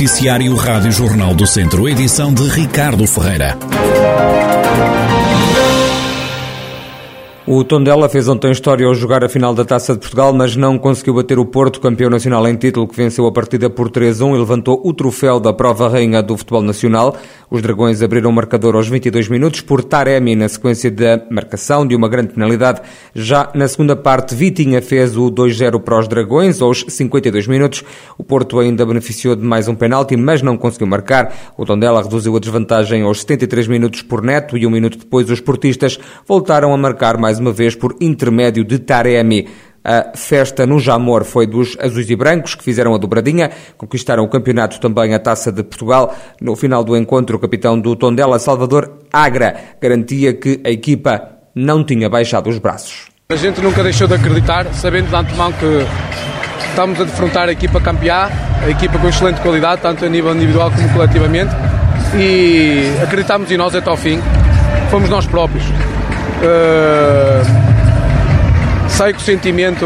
Noticiário Rádio Jornal do Centro, edição de Ricardo Ferreira. O Tondela fez ontem história ao jogar a final da Taça de Portugal, mas não conseguiu bater o Porto, campeão nacional em título, que venceu a partida por 3-1 e levantou o troféu da prova rainha do futebol nacional. Os Dragões abriram o marcador aos 22 minutos por Taremi, na sequência da marcação de uma grande penalidade. Já na segunda parte, Vitinha fez o 2-0 para os Dragões aos 52 minutos. O Porto ainda beneficiou de mais um penalti, mas não conseguiu marcar. O Tondela reduziu a desvantagem aos 73 minutos por Neto e um minuto depois os portistas voltaram a marcar mais uma vez por intermédio de Taremi. A festa no Jamor foi dos azuis e brancos, que fizeram a dobradinha, conquistaram o campeonato, também a Taça de Portugal. No final do encontro, o capitão do Tondela, Salvador Agra, garantia que a equipa não tinha baixado os braços. A gente nunca deixou de acreditar, sabendo de antemão que estamos a defrontar a equipa campeã, a equipa com excelente qualidade, tanto a nível individual como coletivamente, e acreditámos em nós até ao fim. Fomos nós próprios. Sei que o sentimento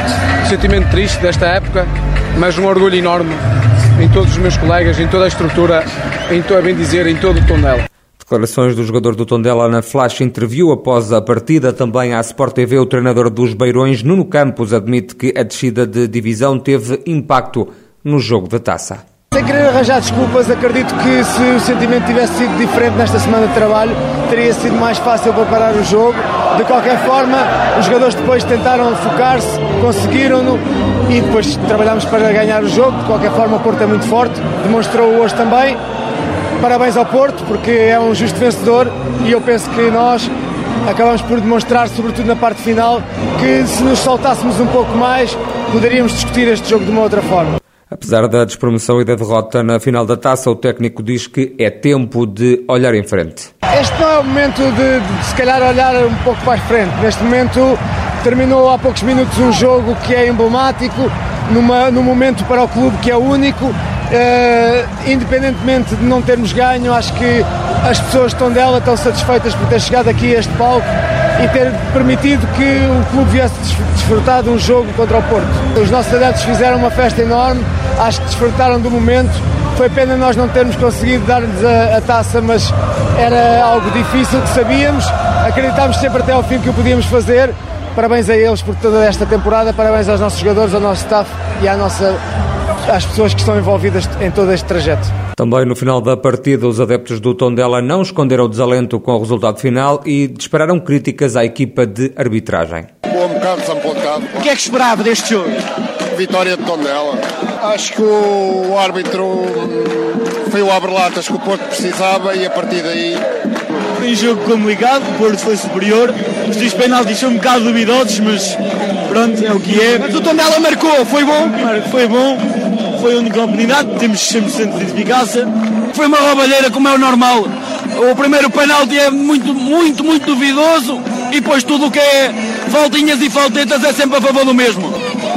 triste desta época, mas um orgulho enorme em todos os meus colegas, em toda a estrutura, em todo o Tondela. Declarações do jogador do Tondela na Flash Interview após a partida. Também à Sport TV, o treinador dos Beirões, Nuno Campos, admite que a descida de divisão teve impacto no jogo da taça. Sem querer arranjar desculpas, acredito que se o sentimento tivesse sido diferente nesta semana de trabalho, teria sido mais fácil preparar o jogo. De qualquer forma, os jogadores depois tentaram focar-se, conseguiram-no e depois trabalhámos para ganhar o jogo. De qualquer forma, o Porto é muito forte, demonstrou hoje também. Parabéns ao Porto, porque é um justo vencedor e eu penso que nós acabamos por demonstrar, sobretudo na parte final, que se nos soltássemos um pouco mais, poderíamos discutir este jogo de uma outra forma. Apesar da despromoção e da derrota na final da taça, o técnico diz que é tempo de olhar em frente. Este não é o momento de se calhar olhar um pouco para a frente. Neste momento terminou há poucos minutos um jogo que é emblemático, num momento para o clube que é único. Independentemente de não termos ganho, acho que as pessoas de Tondela estão satisfeitas por ter chegado aqui a este palco e ter permitido que o clube viesse desfrutar de um jogo contra o Porto. Os nossos adeptos fizeram uma festa enorme, acho que desfrutaram do momento. Foi pena nós não termos conseguido dar-lhes a taça, mas era algo difícil que sabíamos. Acreditámos sempre até ao fim que o podíamos fazer. Parabéns a eles por toda esta temporada, parabéns aos nossos jogadores, ao nosso staff e às pessoas que estão envolvidas em todo este trajeto. Também no final da partida, os adeptos do Tondela não esconderam o desalento com o resultado final e dispararam críticas à equipa de arbitragem. Um bocado desapontado. O que é que esperava deste jogo? Vitória de Tondela. Acho que o árbitro foi o abre-latas que o Porto precisava e a partir daí... Foi um jogo complicado, o Porto foi superior. Os dois penaltis são um bocado duvidosos, mas pronto, é o que é. Mas o Tondela marcou, foi bom. Foi bom, foi a única oportunidade, temos 100% de eficácia. Foi uma roubalheira, como é o normal. O primeiro penalti é muito duvidoso e depois tudo o que é voltinhas e faltetas é sempre a favor do mesmo.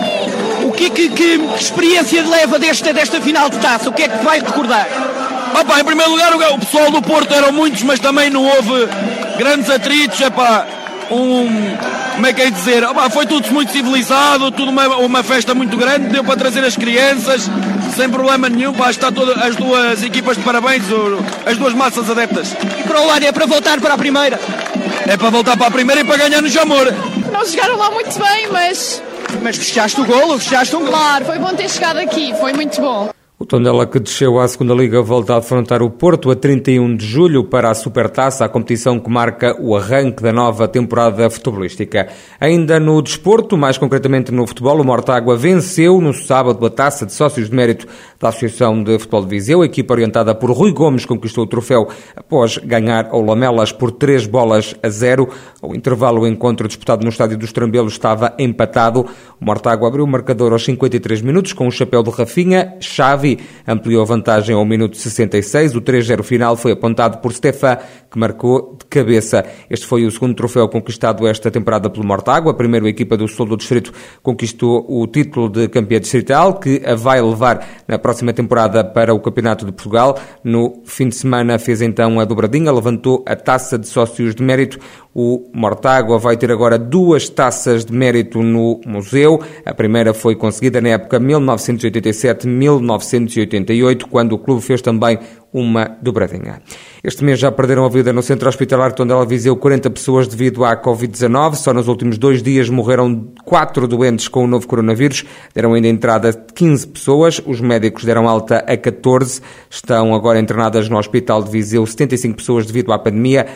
Que experiência leva desta final de taça? O que é que vai recordar? Em primeiro lugar, o pessoal do Porto eram muitos, mas também não houve grandes atritos. Como é que é dizer? Foi tudo muito civilizado, tudo uma festa muito grande, deu para trazer as crianças, sem problema nenhum. Está todas as duas equipas de parabéns, as duas massas adeptas. E para o lado é para voltar para a primeira? É para voltar para a primeira e para ganhar no Jamor. Não jogaram lá muito bem, mas fechaste o golo, Claro, foi bom ter chegado aqui, foi muito bom. O Tondela, que desceu à segunda Liga, volta a defrontar o Porto a 31 de julho para a Supertaça, a competição que marca o arranque da nova temporada futebolística. Ainda no desporto, mais concretamente no futebol, o Mortágua venceu no sábado a Taça de Sócios de Mérito da Associação de Futebol de Viseu. A equipa orientada por Rui Gomes conquistou o troféu após ganhar ao Lamelas por 3-0. Ao intervalo, o encontro disputado no estádio dos Trambelos estava empatado. O Mortágua abriu o marcador aos 53 minutos com o chapéu de Rafinha. Xavi ampliou a vantagem ao minuto 66. O 3-0 final foi apontado por Stefan, que marcou de cabeça. Este foi o segundo troféu conquistado esta temporada pelo Mortágua. A primeira equipa do sul do distrito conquistou o título de campeã distrital, que a vai levar na próxima temporada para o Campeonato de Portugal. No fim de semana fez então a dobradinha, levantou a Taça de Sócios de Mérito. O Mortágua vai ter agora 2 taças de mérito no museu. A primeira foi conseguida na época 1987-1988. 1988, quando o clube fez também uma dobradinha. Este mês já perderam a vida no Centro Hospitalar de Tondela Viseu 40 pessoas devido à Covid-19. Só nos últimos 2 dias morreram 4 doentes com o novo coronavírus. Deram ainda entrada 15 pessoas. Os médicos deram alta a 14. Estão agora internadas no Hospital de Viseu 75 pessoas devido à pandemia.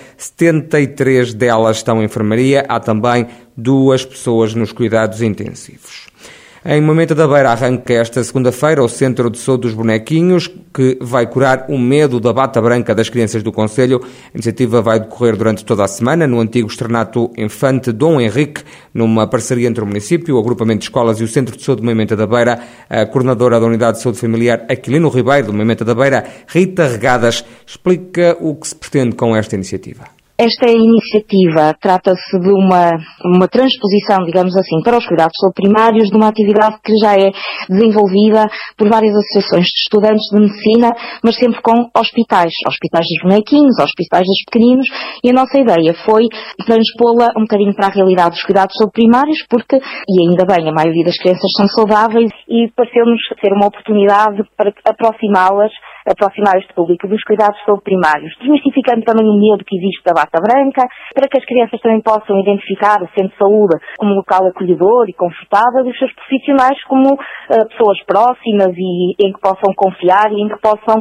73 delas estão em enfermaria. Há também 2 pessoas nos cuidados intensivos. Em Moimenta da Beira arranca esta segunda-feira o Centro de Saúde dos Bonequinhos, que vai curar o medo da bata branca das crianças do concelho. A iniciativa vai decorrer durante toda a semana no antigo Externato Infante Dom Henrique, numa parceria entre o município, o agrupamento de escolas e o Centro de Saúde de Moimenta da Beira. A coordenadora da Unidade de Saúde Familiar Aquilino Ribeiro, do Moimenta da Beira, Rita Regadas, explica o que se pretende com esta iniciativa. Esta iniciativa trata-se de uma transposição, digamos assim, para os cuidados de saúde primários de uma atividade que já é desenvolvida por várias associações de estudantes de medicina, mas sempre com hospitais dos bonequinhos, hospitais dos pequeninos, e a nossa ideia foi transpô-la um bocadinho para a realidade dos cuidados de saúde primários, porque, e ainda bem, a maioria das crianças são saudáveis, e pareceu-nos ser uma oportunidade para aproximar este público dos cuidados de saúde primários, desmistificando também o medo que existe da bata branca, para que as crianças também possam identificar o centro de saúde como um local acolhedor e confortável e os seus profissionais como pessoas próximas e em que possam confiar e em que possam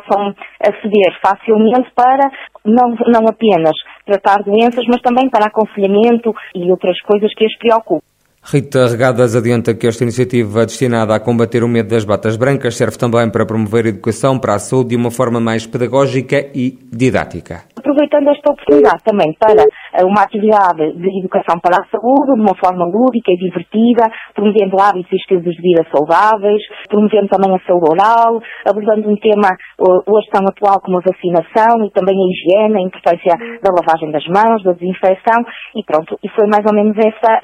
aceder facilmente para não apenas tratar doenças, mas também para aconselhamento e outras coisas que as preocupam. Rita Regadas adianta que esta iniciativa destinada a combater o medo das batas brancas serve também para promover a educação para a saúde de uma forma mais pedagógica e didática. Aproveitando esta oportunidade também para uma atividade de educação para a saúde, de uma forma lúdica e divertida, promovendo hábitos e estilos de vida saudáveis, promovendo também a saúde oral, abordando um tema hoje tão atual como a vacinação e também a higiene, a importância da lavagem das mãos, da desinfecção, e pronto, e foi mais ou menos essa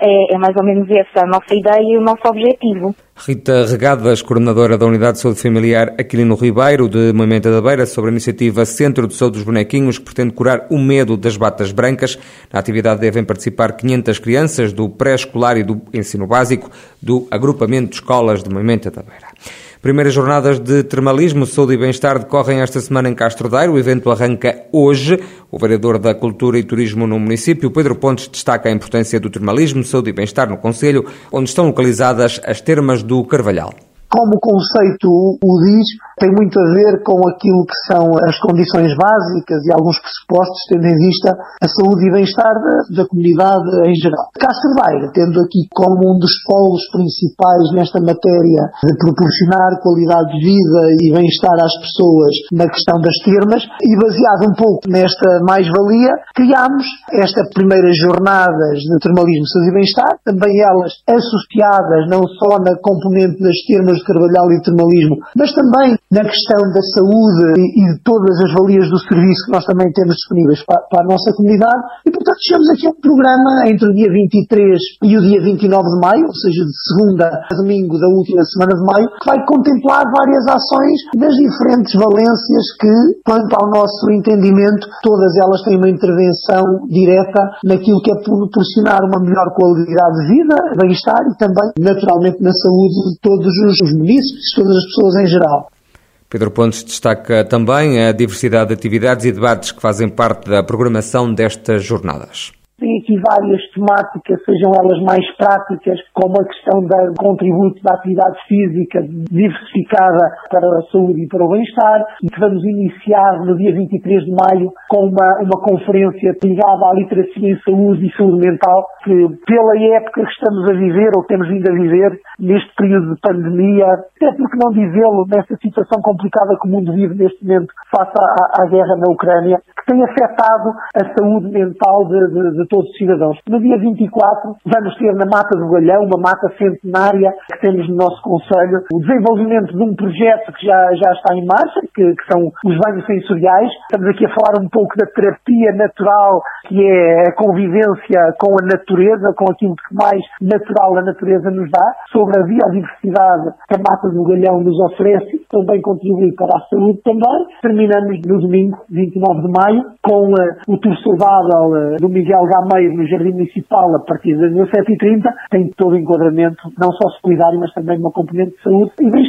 a nossa ideia e o nosso objetivo. Rita Regadas, coordenadora da Unidade de Saúde Familiar Aquilino Ribeiro, de Moimenta da Beira, sobre a iniciativa Centro de Saúde dos Bonequinhos, que pretende curar o medo das batas brancas. Na atividade devem participar 500 crianças do pré-escolar e do ensino básico do agrupamento de escolas de Moimenta da Beira. Primeiras jornadas de termalismo, saúde e bem-estar decorrem esta semana em Castro Daire. O evento arranca hoje. O vereador da Cultura e Turismo no município, Pedro Pontes, destaca a importância do termalismo, saúde e bem-estar no concelho, onde estão localizadas as termas do Carvalhal. Como o conceito o diz, tem muito a ver com aquilo que são as condições básicas e alguns pressupostos, tendo em vista a saúde e bem-estar da comunidade em geral. Castro Daire, tendo aqui como um dos polos principais nesta matéria de proporcionar qualidade de vida e bem-estar às pessoas na questão das termas, e baseado um pouco nesta mais-valia, criámos estas primeiras jornadas de termalismo, saúde e bem-estar, também elas associadas não só na componente das termas de Carvalhal e termalismo, mas também na questão da saúde e de todas as valias do serviço que nós também temos disponíveis para a nossa comunidade, e portanto chegamos aqui a um programa entre o dia 23 e o dia 29 de maio, ou seja, de segunda a domingo da última semana de maio, que vai contemplar várias ações das diferentes valências que, quanto ao nosso entendimento, todas elas têm uma intervenção direta naquilo que é proporcionar uma melhor qualidade de vida, bem-estar e também, naturalmente, na saúde de todos os munícipes, todas as pessoas em geral. Pedro Pontes destaca também a diversidade de atividades e debates que fazem parte da programação destas jornadas. Tem aqui várias temáticas, sejam elas mais práticas, como a questão do contributo da atividade física diversificada para a saúde e para o bem-estar, e que vamos iniciar no dia 23 de maio com uma conferência ligada à literacia em saúde e saúde mental, que pela época que estamos a viver, ou temos vindo a viver, neste período de pandemia, até porque não dizê-lo, nesta situação complicada que o mundo vive neste momento face à guerra na Ucrânia, que tem afetado a saúde mental de todos os cidadãos. No dia 24 vamos ter na Mata do Galhão, uma mata centenária que temos no nosso concelho, o desenvolvimento de um projeto que já está em marcha, que são os banhos sensoriais. Estamos aqui a falar um pouco da terapia natural, que é a convivência com a natureza, com aquilo que mais natural a natureza nos dá, sobre a biodiversidade que a Mata do Galhão nos oferece, também contribui para a saúde também. Terminamos no domingo, 29 de maio, com o tour saudável do Miguel Gameiro no Jardim Municipal a partir das 17h30. Tem todo o enquadramento, não só solidário, mas também uma componente de saúde e bem-estar.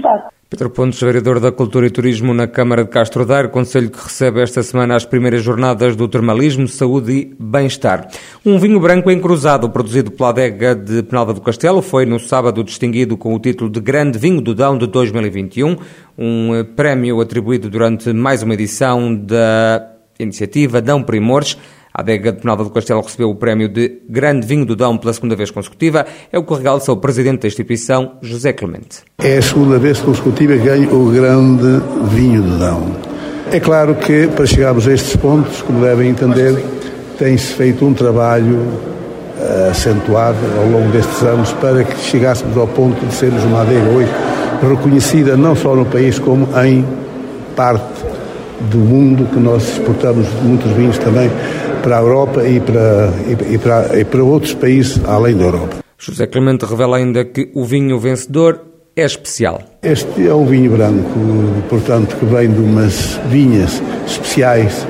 Pedro Pontes, vereador da Cultura e Turismo na Câmara de Castro Daire, concelho que recebe esta semana as primeiras jornadas do termalismo, saúde e bem-estar. Um vinho branco encruzado, produzido pela adega de Penalva do Castelo, foi no sábado distinguido com o título de Grande Vinho do Dão de 2021, um prémio atribuído durante mais uma edição da iniciativa Dão Primores. A adega de Penalva do Castelo recebeu o prémio de Grande Vinho do Dão pela segunda vez consecutiva. É o que realça o presidente da instituição, José Clemente. É a segunda vez consecutiva que ganho o Grande Vinho do Dão. É claro que, para chegarmos a estes pontos, como devem entender, tem-se feito um trabalho acentuado ao longo destes anos para que chegássemos ao ponto de sermos uma adega hoje reconhecida não só no país como em parte do mundo, que nós exportamos muitos vinhos também para a Europa e para outros países além da Europa. José Clemente revela ainda que o vinho vencedor é especial. Este é um vinho branco, portanto, que vem de umas vinhas especiais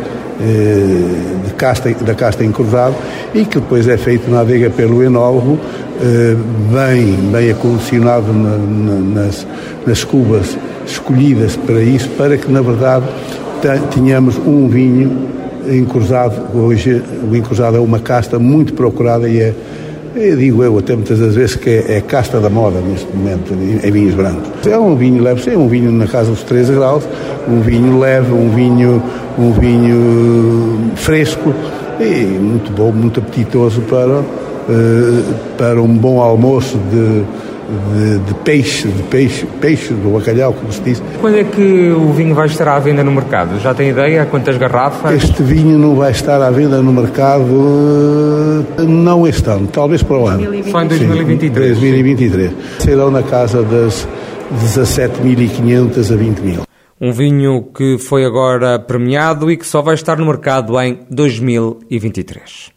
da casta encruzado e que depois é feito na adega pelo enólogo, bem acondicionado nas cubas escolhidas para isso, para que, na verdade, tínhamos um vinho encruzado. Hoje o encruzado é uma casta muito procurada e digo eu até muitas das vezes que é a casta da moda neste momento em vinhos brancos. É um vinho leve, é um vinho na casa dos 13 graus, um vinho leve, um vinho fresco e muito bom, muito apetitoso para um bom almoço de peixe, do bacalhau, como se diz. Quando é que o vinho vai estar à venda no mercado? Já tem ideia? Quantas garrafas? Este vinho não vai estar à venda no mercado não este ano, talvez para o ano. Só em 2023? Sim, 2023. Serão na casa das 17.500 a 20.000. Um vinho que foi agora premiado e que só vai estar no mercado em 2023.